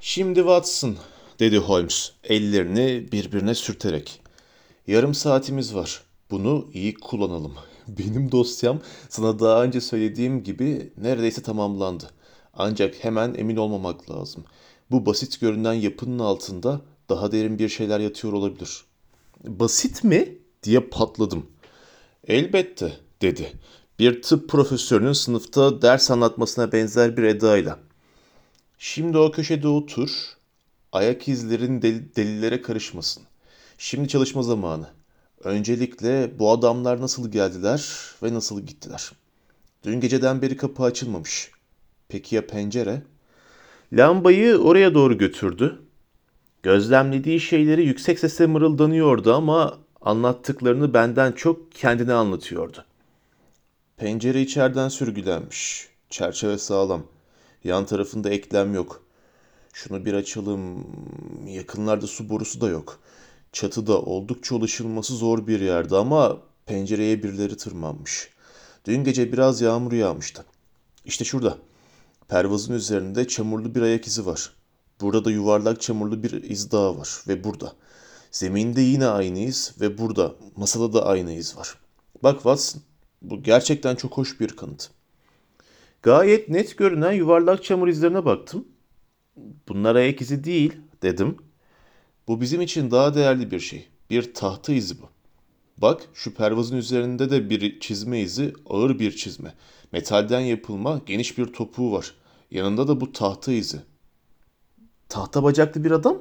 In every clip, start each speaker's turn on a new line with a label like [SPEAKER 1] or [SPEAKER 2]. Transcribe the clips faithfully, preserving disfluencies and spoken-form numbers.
[SPEAKER 1] Şimdi Watson, dedi Holmes, ellerini birbirine sürterek. Yarım saatimiz var. Bunu iyi kullanalım. Benim dosyam sana daha önce söylediğim gibi neredeyse tamamlandı. Ancak hemen emin olmamak lazım. Bu basit görünen yapının altında daha derin bir şeyler yatıyor olabilir. Basit mi? Diye patladım. Elbette, dedi. Bir tıp profesörünün sınıfta ders anlatmasına benzer bir edayla. Şimdi o köşede otur. Ayak izlerin del- delillere karışmasın. Şimdi çalışma zamanı. Öncelikle bu adamlar nasıl geldiler ve nasıl gittiler? Dün geceden beri kapı açılmamış. Peki ya pencere? Lambayı oraya doğru götürdü. Gözlemlediği şeyleri yüksek sesle mırıldanıyordu ama anlattıklarını benden çok kendine anlatıyordu. Pencere içeriden sürgülenmiş. Çerçeve sağlam. Yan tarafında eklem yok. Şunu bir açalım. Yakınlarda su borusu da yok. Çatıda oldukça ulaşılması zor bir yerde ama pencereye birileri tırmanmış. Dün gece biraz yağmur yağmıştı. İşte şurada. Pervazın üzerinde çamurlu bir ayak izi var. Burada da yuvarlak çamurlu bir iz daha var ve burada. Zeminde yine aynı iz ve burada masada da aynı iz var. Bak Watson, bu gerçekten çok hoş bir kanıt. Gayet net görünen yuvarlak çamur izlerine baktım. Bunlar ayak izi değil, dedim. Bu bizim için daha değerli bir şey. Bir tahta izi bu. Bak şu pervazın üzerinde de bir çizme izi, ağır bir çizme. Metalden yapılma geniş bir topuğu var. Yanında da bu tahta izi. Tahta bacaklı bir adam?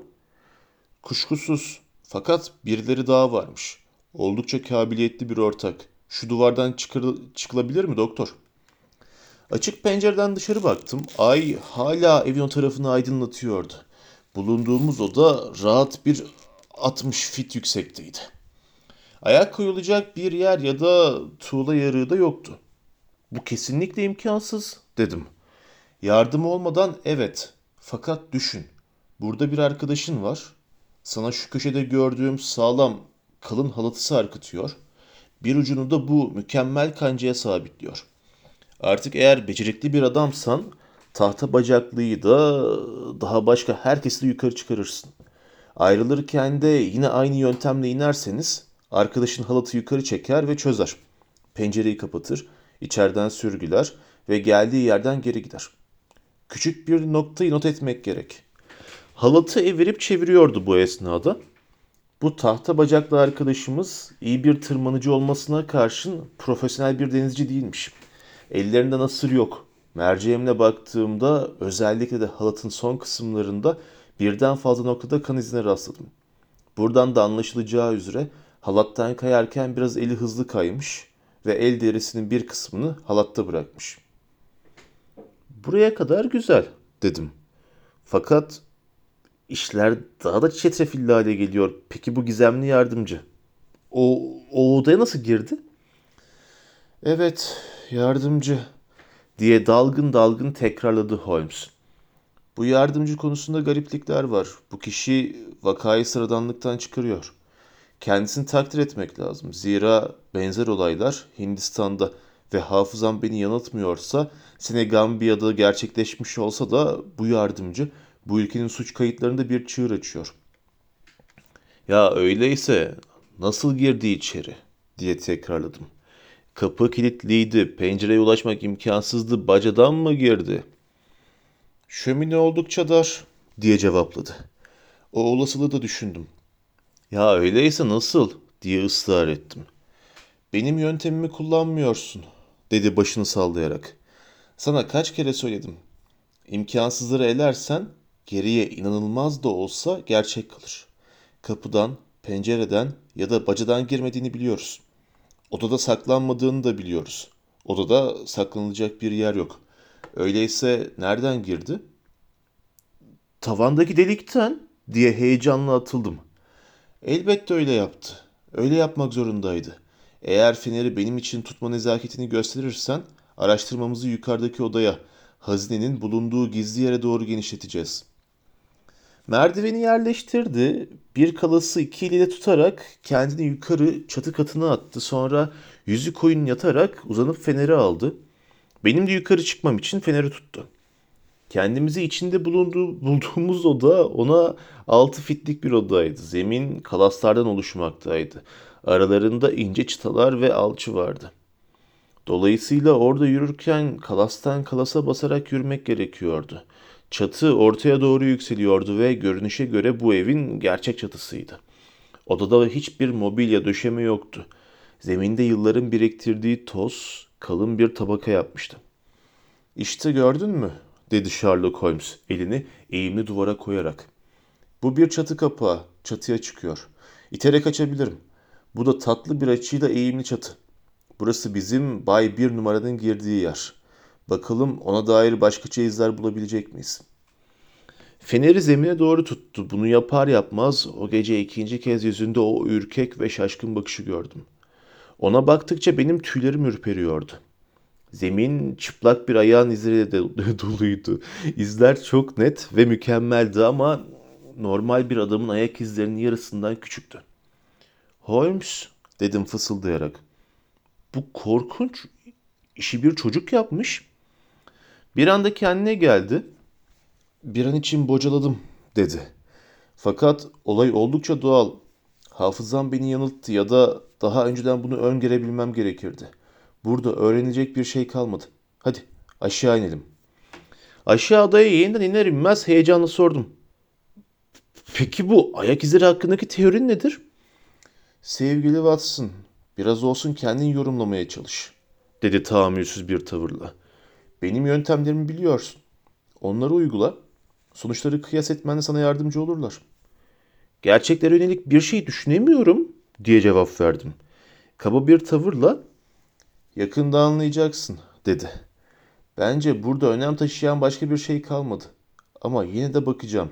[SPEAKER 1] Kuşkusuz. Fakat birileri daha varmış. Oldukça kabiliyetli bir ortak. Şu duvardan çıkır, çıkılabilir mi doktor? Açık pencereden dışarı baktım. Ay hala evin o tarafını aydınlatıyordu. Bulunduğumuz oda rahat bir altmış fit yüksekteydi. Ayak koyulacak bir yer ya da tuğla yarığı da yoktu. Bu kesinlikle imkansız, dedim. Yardım olmadan evet. Fakat düşün. Burada bir arkadaşın var. Sana şu köşede gördüğüm sağlam kalın halatı sarkıtıyor. Bir ucunu da bu mükemmel kancaya sabitliyor. Artık eğer becerikli bir adamsan tahta bacaklıyı da daha başka herkesi de yukarı çıkarırsın. Ayrılırken de yine aynı yöntemle inerseniz arkadaşın halatı yukarı çeker ve çözer. Pencereyi kapatır, içeriden sürgüler ve geldiği yerden geri gider. Küçük bir noktayı not etmek gerek. Halatı evirip çeviriyordu bu esnada. Bu tahta bacaklı arkadaşımız iyi bir tırmanıcı olmasına karşın profesyonel bir denizci değilmiş. Ellerinde nasır yok. Merceğimle baktığımda özellikle de halatın son kısımlarında birden fazla noktada kan izine rastladım. Buradan da anlaşılacağı üzere halattan kayarken biraz eli hızlı kaymış ve el derisinin bir kısmını halatta bırakmış. Buraya kadar güzel, dedim. Fakat işler daha da çetrefilli hale geliyor. Peki bu gizemli yardımcı? O, o odaya nasıl girdi? Evet, yardımcı, diye dalgın dalgın tekrarladı Holmes. Bu yardımcı konusunda gariplikler var. Bu kişi vakayı sıradanlıktan çıkarıyor. Kendisini takdir etmek lazım. Zira benzer olaylar Hindistan'da ve hafızam beni yanıltmıyorsa Senegambiya'da gerçekleşmiş olsa da bu yardımcı bu ülkenin suç kayıtlarında bir çığır açıyor. Ya öyleyse nasıl girdi içeri diye tekrarladım. Kapı kilitliydi, pencereye ulaşmak imkansızdı, bacadan mı girdi? Şömine oldukça dar diye cevapladı. O olasılığı da düşündüm. Ya öyleyse nasıl diye ısrar ettim. Benim yöntemimi kullanmıyorsun dedi başını sallayarak. Sana kaç kere söyledim. İmkansızları elersen geriye inanılmaz da olsa gerçek kalır. Kapıdan, pencereden ya da bacadan girmediğini biliyoruz. Odada saklanmadığını da biliyoruz. Odada saklanılacak bir yer yok. Öyleyse nereden girdi? Tavandaki delikten diye heyecanla atıldım. Elbette öyle yaptı. Öyle yapmak zorundaydı. Eğer feneri benim için tutma nezaketini gösterirsen araştırmamızı yukarıdaki odaya, hazinenin bulunduğu gizli yere doğru genişleteceğiz. Merdiveni yerleştirdi. Bir kalası iki eliyle tutarak kendini yukarı çatı katına attı. Sonra yüzü koyun yatarak uzanıp feneri aldı. Benim de yukarı çıkmam için feneri tuttu. Kendimizi içinde bulunduğu, bulduğumuz oda ona altı fitlik bir odaydı. Zemin kalaslardan oluşmaktaydı. Aralarında ince çıtalar ve alçı vardı. Dolayısıyla orada yürürken kalastan kalasa basarak yürümek gerekiyordu. Çatı ortaya doğru yükseliyordu ve görünüşe göre bu evin gerçek çatısıydı. Odada hiçbir mobilya döşeme yoktu. Zeminde yılların biriktirdiği toz kalın bir tabaka yapmıştı. "İşte gördün mü?" dedi Sherlock Holmes elini eğimli duvara koyarak. "Bu bir çatı kapağı. Çatıya çıkıyor. İterek açabilirim. Bu da tatlı bir açıyla eğimli çatı. Burası bizim Bay Bir numaranın girdiği yer. Bakalım ona dair başkaça izler bulabilecek miyiz?" Feneri zemine doğru tuttu. Bunu yapar yapmaz o gece ikinci kez yüzünde o ürkek ve şaşkın bakışı gördüm. Ona baktıkça benim tüylerim ürperiyordu. Zemin çıplak bir ayağın izleriyle de doluydu. İzler çok net ve mükemmeldi ama normal bir adamın ayak izlerinin yarısından küçüktü. "Holmes," dedim fısıldayarak. "Bu korkunç. İşi bir çocuk yapmış." Bir anda kendine geldi. "Bir an için bocaladım," dedi. "Fakat olay oldukça doğal. Hafızam beni yanılttı ya da daha önceden bunu öngörebilmem gerekirdi. Burada öğrenilecek bir şey kalmadı. Hadi aşağı inelim." Aşağı adaya yeniden iner inmez heyecanla sordum. "Peki bu ayak izleri hakkındaki teorin nedir?" "Sevgili Watson, biraz olsun kendin yorumlamaya çalış," dedi tahammülsüz bir tavırla. "Benim yöntemlerimi biliyorsun. Onları uygula. Sonuçları kıyas etmende sana yardımcı olurlar." "Gerçeklere yönelik bir şey düşünemiyorum," diye cevap verdim. Kaba bir tavırla, "Yakında anlayacaksın," dedi. "Bence burada önem taşıyan başka bir şey kalmadı. Ama yine de bakacağım."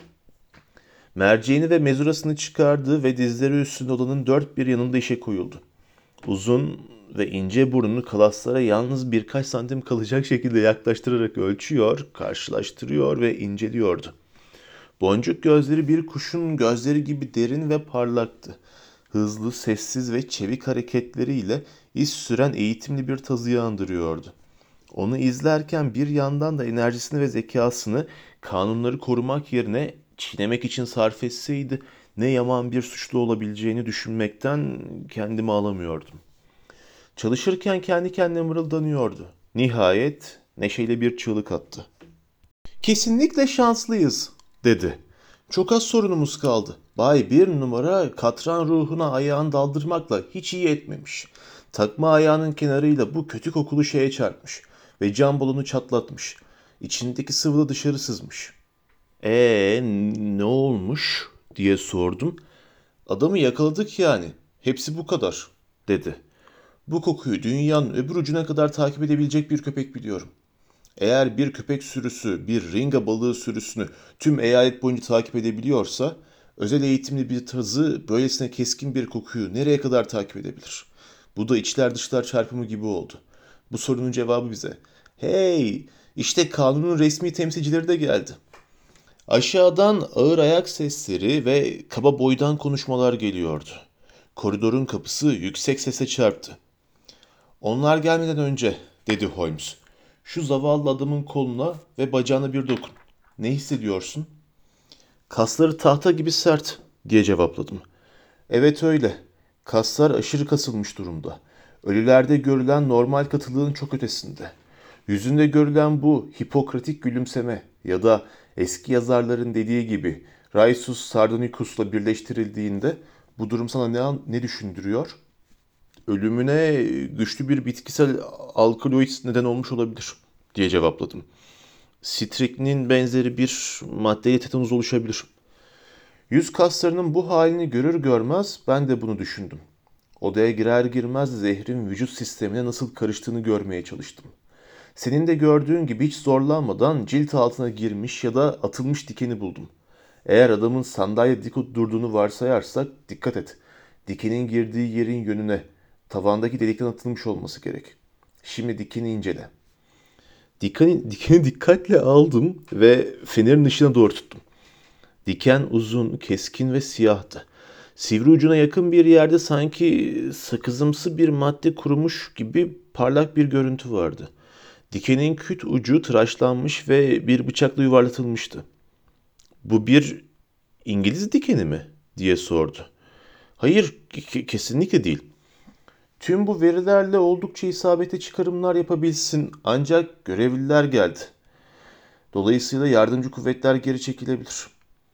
[SPEAKER 1] Merceğini ve mezurasını çıkardı ve dizleri üstünde odanın dört bir yanında işe koyuldu. Uzun ve ince burnunu kalaslara yalnız birkaç santim kalacak şekilde yaklaştırarak ölçüyor, karşılaştırıyor ve inceliyordu. Boncuk gözleri bir kuşun gözleri gibi derin ve parlaktı. Hızlı, sessiz ve çevik hareketleriyle iz süren eğitimli bir tazıyı andırıyordu. Onu izlerken bir yandan da enerjisini ve zekasını kanunları korumak yerine çiğnemek için sarf etseydi ne yaman bir suçlu olabileceğini düşünmekten kendimi alamıyordum. Çalışırken kendi kendine mırıldanıyordu. Nihayet neşeyle bir çığlık attı. "Kesinlikle şanslıyız," dedi. "Çok az sorunumuz kaldı. Bay Bir numara katran ruhuna ayağını daldırmakla hiç iyi etmemiş. Takma ayağının kenarıyla bu kötü kokulu şeye çarpmış ve cam balonu çatlatmış. İçindeki sıvı da dışarı sızmış." "Ee, ne olmuş?" diye sordum. "Adamı yakaladık yani. Hepsi bu kadar," dedi. "Bu kokuyu dünyanın öbür ucuna kadar takip edebilecek bir köpek biliyorum. Eğer bir köpek sürüsü bir ringa balığı sürüsünü tüm eyalet boyunca takip edebiliyorsa, özel eğitimli bir tazı böylesine keskin bir kokuyu nereye kadar takip edebilir? Bu da içler dışlar çarpımı gibi oldu. Bu sorunun cevabı bize. Hey, işte kanunun resmi temsilcileri de geldi." Aşağıdan ağır ayak sesleri ve kaba boydan konuşmalar geliyordu. Koridorun kapısı yüksek sesle çarptı. "Onlar gelmeden önce," dedi Holmes, "şu zavallı adamın koluna ve bacağına bir dokun. Ne hissediyorsun?" "Kasları tahta gibi sert," diye cevapladım. "Evet öyle. Kaslar aşırı kasılmış durumda. Ölülerde görülen normal katılığın çok ötesinde. Yüzünde görülen bu Hipokratik gülümseme ya da eski yazarların dediği gibi Raisus Sardonicus'la birleştirildiğinde bu durum sana ne, an- ne düşündürüyor?" "Ölümüne güçlü bir bitkisel alkaloid neden olmuş olabilir," diye cevapladım. "Striknin benzeri bir maddeyle tetanus oluşabilir." Yüz kaslarının bu halini görür görmez ben de bunu düşündüm. Odaya girer girmez zehrin vücut sistemine nasıl karıştığını görmeye çalıştım. Senin de gördüğün gibi hiç zorlanmadan cilt altına girmiş ya da atılmış dikeni buldum. Eğer adamın sandalye dik durduğunu varsayarsak dikkat et. Dikenin girdiği yerin yönüne, tavandaki delikten atılmış olması gerek. Şimdi dikeni incele." Dikeni, dikeni dikkatle aldım ve fenerin ışığına doğru tuttum. Diken uzun, keskin ve siyahtı. Sivri ucuna yakın bir yerde sanki sakızımsı bir madde kurumuş gibi parlak bir görüntü vardı. Dikenin küt ucu tıraşlanmış ve bir bıçakla yuvarlatılmıştı. "Bu bir İngiliz dikeni mi?" diye sordu. "Hayır, ke- kesinlikle değil. Tüm bu verilerle oldukça isabetli çıkarımlar yapabilsin ancak görevliler geldi. Dolayısıyla yardımcı kuvvetler geri çekilebilir."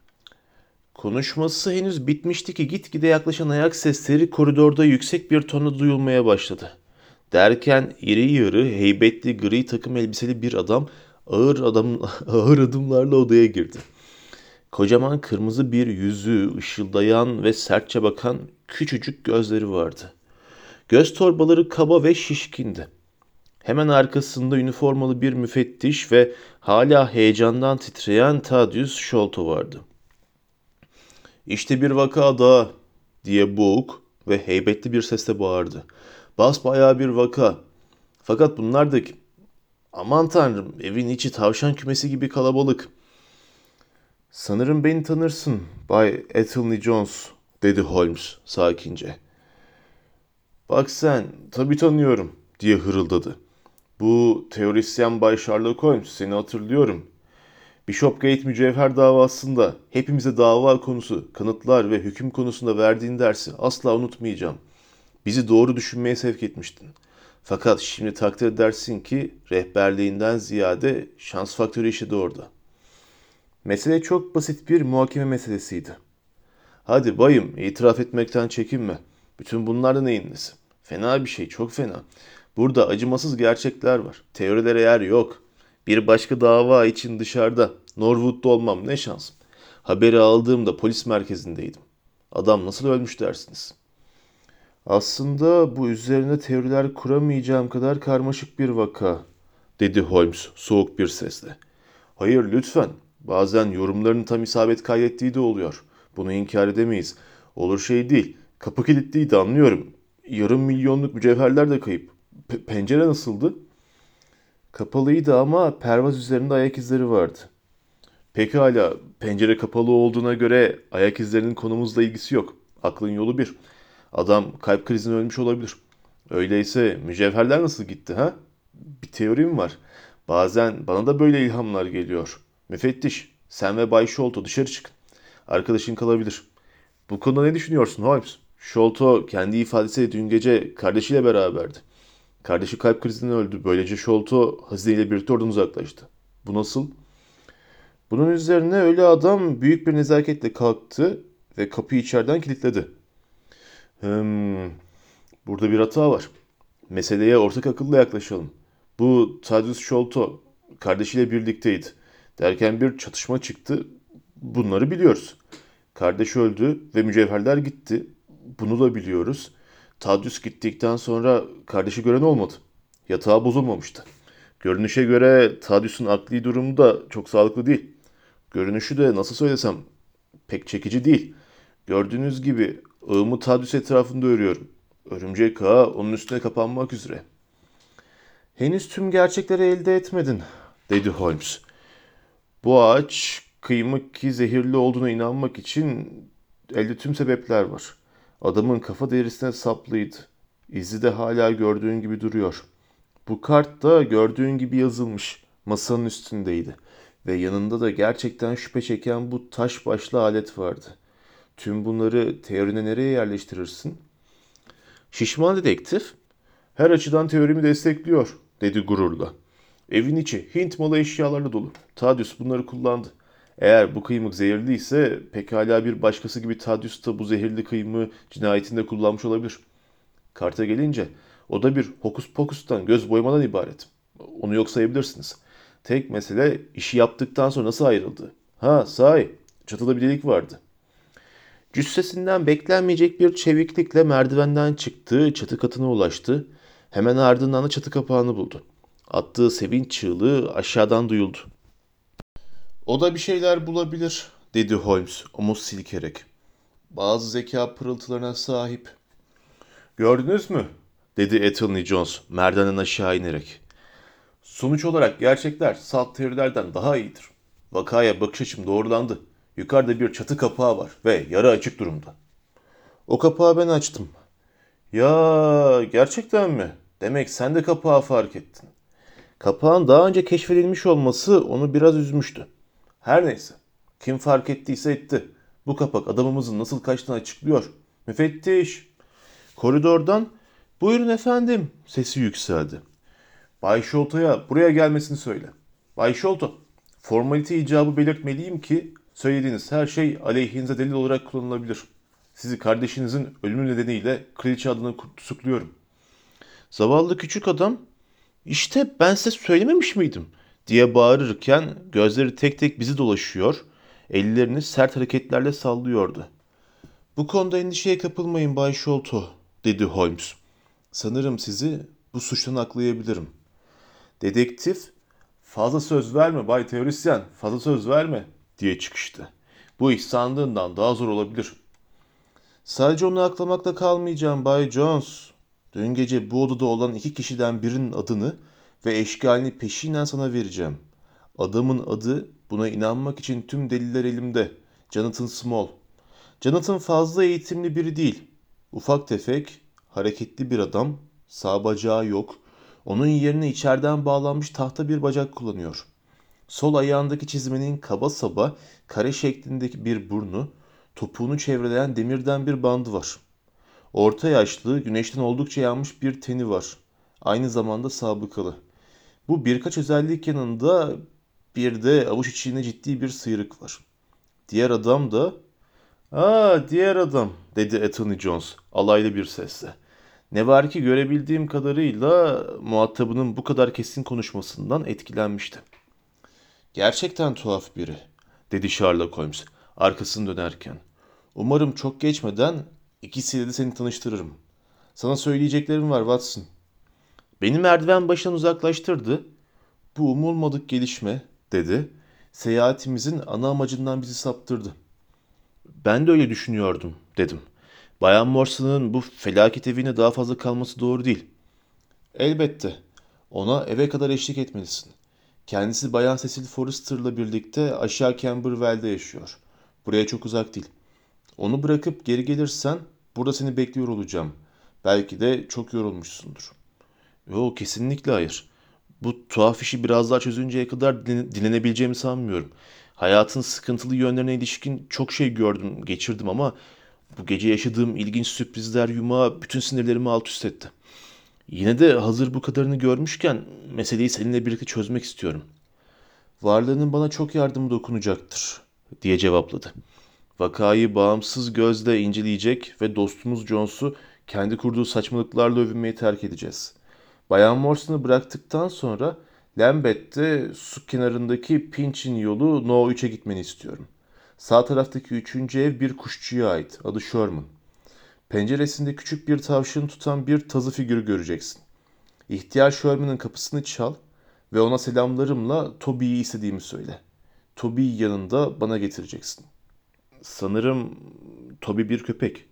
[SPEAKER 1] Konuşması henüz bitmişti ki gitgide yaklaşan ayak sesleri koridorda yüksek bir tonla duyulmaya başladı. Derken iri yarı, heybetli, gri takım elbiseli bir adam ağır adam ağır adımlarla odaya girdi. Kocaman kırmızı bir yüzü, ışıldayan ve sertçe bakan küçücük gözleri vardı. Göz torbaları kaba ve şişkindi. Hemen arkasında üniformalı bir müfettiş ve hala heyecandan titreyen Thaddeus Sholto vardı. "İşte bir vaka daha," diye boğuk ve heybetli bir sesle bağırdı. "Basbayağı bir vaka. Fakat bunlar da kim? Aman tanrım, evin içi tavşan kümesi gibi kalabalık." "Sanırım beni tanırsın, Bay Athelney Jones," dedi Holmes sakince. "Bak sen, tabii tanıyorum," diye hırıldadı. "Bu teorisyen Bay Sherlock Holmes, seni hatırlıyorum. Bishopgate mücevher davasında hepimize dava konusu, kanıtlar ve hüküm konusunda verdiğin dersi asla unutmayacağım. Bizi doğru düşünmeye sevk etmiştin. Fakat şimdi takdir edersin ki rehberliğinden ziyade şans faktörü işledi orada. Mesele çok basit bir muhakeme meselesiydi. Hadi bayım, itiraf etmekten çekinme. Bütün bunlar da neyin nesi? Fena bir şey, çok fena. Burada acımasız gerçekler var. Teorilere yer yok. Bir başka dava için dışarıda, Norwood'da olmam ne şans. Haberi aldığımda polis merkezindeydim. Adam nasıl ölmüş dersiniz? Aslında bu üzerine teoriler kuramayacağım kadar karmaşık bir vaka, dedi Holmes soğuk bir sesle. Hayır lütfen. Bazen yorumların tam isabet kaydettiği de oluyor. Bunu inkar edemeyiz. Olur şey değil. Kapı kilitliydi anlıyorum. Yarım milyonluk mücevherler de kayıp. P- pencere nasıldı? Kapalıydı ama pervaz üzerinde ayak izleri vardı. Pekala, pencere kapalı olduğuna göre ayak izlerinin konumuzla ilgisi yok. Aklın yolu bir. Adam kalp krizinden ölmüş olabilir. Öyleyse mücevherler nasıl gitti ha? Bir teorim var. Bazen bana da böyle ilhamlar geliyor. Müfettiş, sen ve Bay Sholto dışarı çıkın. Arkadaşın kalabilir. Bu konuda ne düşünüyorsun Holmes? Sholto kendi ifadesiyle dün gece kardeşiyle beraberdi. Kardeşi kalp krizinden öldü. Böylece Sholto hazineyle birlikte oradan uzaklaştı. Bu nasıl? Bunun üzerine ölü adam büyük bir nezaketle kalktı ve kapıyı içeriden kilitledi. Hmm, burada bir hata var. Meseleye ortak akılla yaklaşalım. Bu Thaddeus Sholto kardeşiyle birlikteydi. Derken bir çatışma çıktı. Bunları biliyoruz. Kardeş öldü ve mücevherler gitti. Bunu da biliyoruz. Thaddeus gittikten sonra kardeşi gören olmadı. Yatağı bozulmamıştı. Görünüşe göre Thaddeus'un akli durumu da çok sağlıklı değil. Görünüşü de nasıl söylesem pek çekici değil. Gördüğünüz gibi ağımı Thaddeus etrafında örüyorum. Örümcek ağı onun üstüne kapanmak üzere. Henüz tüm gerçekleri elde etmedin, dedi Holmes. Bu ağaç kıymık ki zehirli olduğuna inanmak için elde tüm sebepler var. Adamın kafa derisine saplıydı. İzi de hala gördüğün gibi duruyor. Bu kart da gördüğün gibi yazılmış. Masanın üstündeydi. Ve yanında da gerçekten şüphe çeken bu taş başlı alet vardı. Tüm bunları teorine nereye yerleştirirsin? Şişman dedektif, her açıdan teorimi destekliyor, dedi gururla. Evin içi Hint malı eşyalarla dolu. Thaddeus bunları kullandı. Eğer bu kıymık zehirliyse pekala bir başkası gibi Thaddeus da bu zehirli kıymığı cinayetinde kullanmış olabilir. Karta gelince o da bir hokus pokustan, göz boyamadan ibaret. Onu yok sayabilirsiniz. Tek mesele işi yaptıktan sonra nasıl ayrıldı. Ha sahi, çatıda bir delik vardı. Cüssesinden beklenmeyecek bir çeviklikle merdivenden çıktı, çatı katına ulaştı. Hemen ardından da çatı kapağını buldu. Attığı sevinç çığlığı aşağıdan duyuldu. O da bir şeyler bulabilir, dedi Holmes omuz silkerek. Bazı zeka pırıltılarına sahip. Gördünüz mü? Dedi Athelney Jones merdivenden aşağı inerek. Sonuç olarak gerçekler salt teorilerden daha iyidir. Vakaya bakış açım doğrulandı. Yukarıda bir çatı kapağı var ve yarı açık durumda. O kapağı ben açtım. Ya gerçekten mi? Demek sen de kapağı fark ettin. Kapağın daha önce keşfedilmiş olması onu biraz üzmüştü. Her neyse. Kim fark ettiyse etti. Bu kapak adamımızın nasıl kaçtığını açıklıyor. Müfettiş. Koridordan "Buyurun efendim" sesi yükseldi. Bay Şolto'ya buraya gelmesini söyle. Bay Şolto, formalite icabı belirtmeliyim ki söylediğiniz her şey aleyhinize delil olarak kullanılabilir. Sizi kardeşinizin ölümü nedeniyle kraliçe adına tutukluyorum. Zavallı küçük adam, "İşte ben size söylememiş miydim?" diye bağırırken gözleri tek tek bizi dolaşıyor, ellerini sert hareketlerle sallıyordu. "Bu konuda endişeye kapılmayın Bay Sholto," dedi Holmes. "Sanırım sizi bu suçtan aklayabilirim." Dedektif, "Fazla söz verme Bay Teorisyen, fazla söz verme," diye çıkıştı. "Bu iş sandığından daha zor olabilir." "Sadece onu aklamakla kalmayacağım Bay Jones. Dün gece bu odada olan iki kişiden birinin adını ve eşkalini peşinen sana vereceğim. Adamın adı, buna inanmak için tüm deliller elimde. Jonathan Small. Jonathan fazla eğitimli biri değil. Ufak tefek, hareketli bir adam. Sağ bacağı yok. Onun yerine içeriden bağlanmış tahta bir bacak kullanıyor. Sol ayağındaki çizmenin kaba saba kare şeklindeki bir burnu, topuğunu çevreleyen demirden bir bandı var. Orta yaşlı, güneşten oldukça yanmış bir teni var. Aynı zamanda sabıkalı. Bu birkaç özellik yanında bir de avuç içinde ciddi bir sıyrık var. Diğer adam da "Aa, diğer adam," dedi Anthony Jones alaylı bir sesle. Ne var ki görebildiğim kadarıyla muhatabının bu kadar kesin konuşmasından etkilenmişti. "Gerçekten tuhaf biri," dedi Sherlock Holmes arkasını dönerken. "Umarım çok geçmeden ikisiyle de seni tanıştırırım. Sana söyleyeceklerim var Watson." Beni merdiven başından uzaklaştırdı. "Bu umulmadık gelişme," dedi. "Seyahatimizin ana amacından bizi saptırdı." "Ben de öyle düşünüyordum," dedim. "Bayan Morsell'ın bu felaket evine daha fazla kalması doğru değil." "Elbette. Ona eve kadar eşlik etmelisin. Kendisi Bayan Cecil Forrester'la birlikte aşağı Camberwell'de yaşıyor. Buraya çok uzak değil. Onu bırakıp geri gelirsen burada seni bekliyor olacağım. Belki de çok yorulmuşsundur." "Yo, kesinlikle hayır. Bu tuhaf işi biraz daha çözünceye kadar din- dinlenebileceğimi sanmıyorum. Hayatın sıkıntılı yönlerine ilişkin çok şey gördüm, geçirdim ama bu gece yaşadığım ilginç sürprizler yumağı bütün sinirlerimi alt üst etti. Yine de hazır bu kadarını görmüşken meseleyi seninle birlikte çözmek istiyorum." "Varlığının bana çok yardımı dokunacaktır," diye cevapladı. "Vakayı bağımsız gözle inceleyecek ve dostumuz Jones'u kendi kurduğu saçmalıklarla övünmeyi terk edeceğiz. Bayan Morson'u bıraktıktan sonra Lambeth'te su kenarındaki Pinch'in yolu No üçe gitmeni istiyorum. Sağ taraftaki üçüncü ev bir kuşçuya ait. Adı Sherman. Penceresinde küçük bir tavşan tutan bir tazı figürü göreceksin. İhtiyar Sherman'ın kapısını çal ve ona selamlarımla Toby'yi istediğimi söyle. Toby'yi yanında bana getireceksin." "Sanırım Toby bir köpek."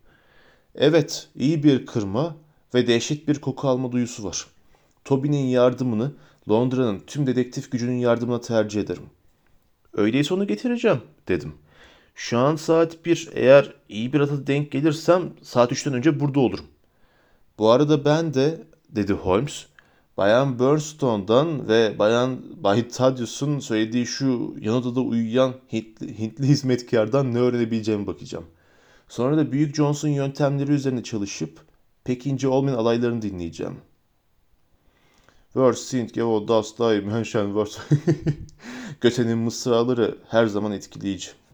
[SPEAKER 1] "Evet, iyi bir kırma ve dehşet bir koku alma duyusu var. Toby'nin yardımını Londra'nın tüm dedektif gücünün yardımına tercih ederim." "Öyleyse onu getireceğim," dedim. "Şu an saat bir. Eğer iyi bir ata denk gelirsem saat üçten önce burada olurum." "Bu arada ben de," dedi Holmes, "Bayan Burnstone'dan ve Bayan Bay Thaddeus'un söylediği şu yan odada uyuyan Hintli, Hintli hizmetkardan ne öğrenebileceğime bakacağım. Sonra da Büyük Jones'un yöntemleri üzerine çalışıp pek ince olmayan alaylarını dinleyeceğim." "Worst sind gewo das die Menschen was." Göte'nin mısraları her zaman etkileyici.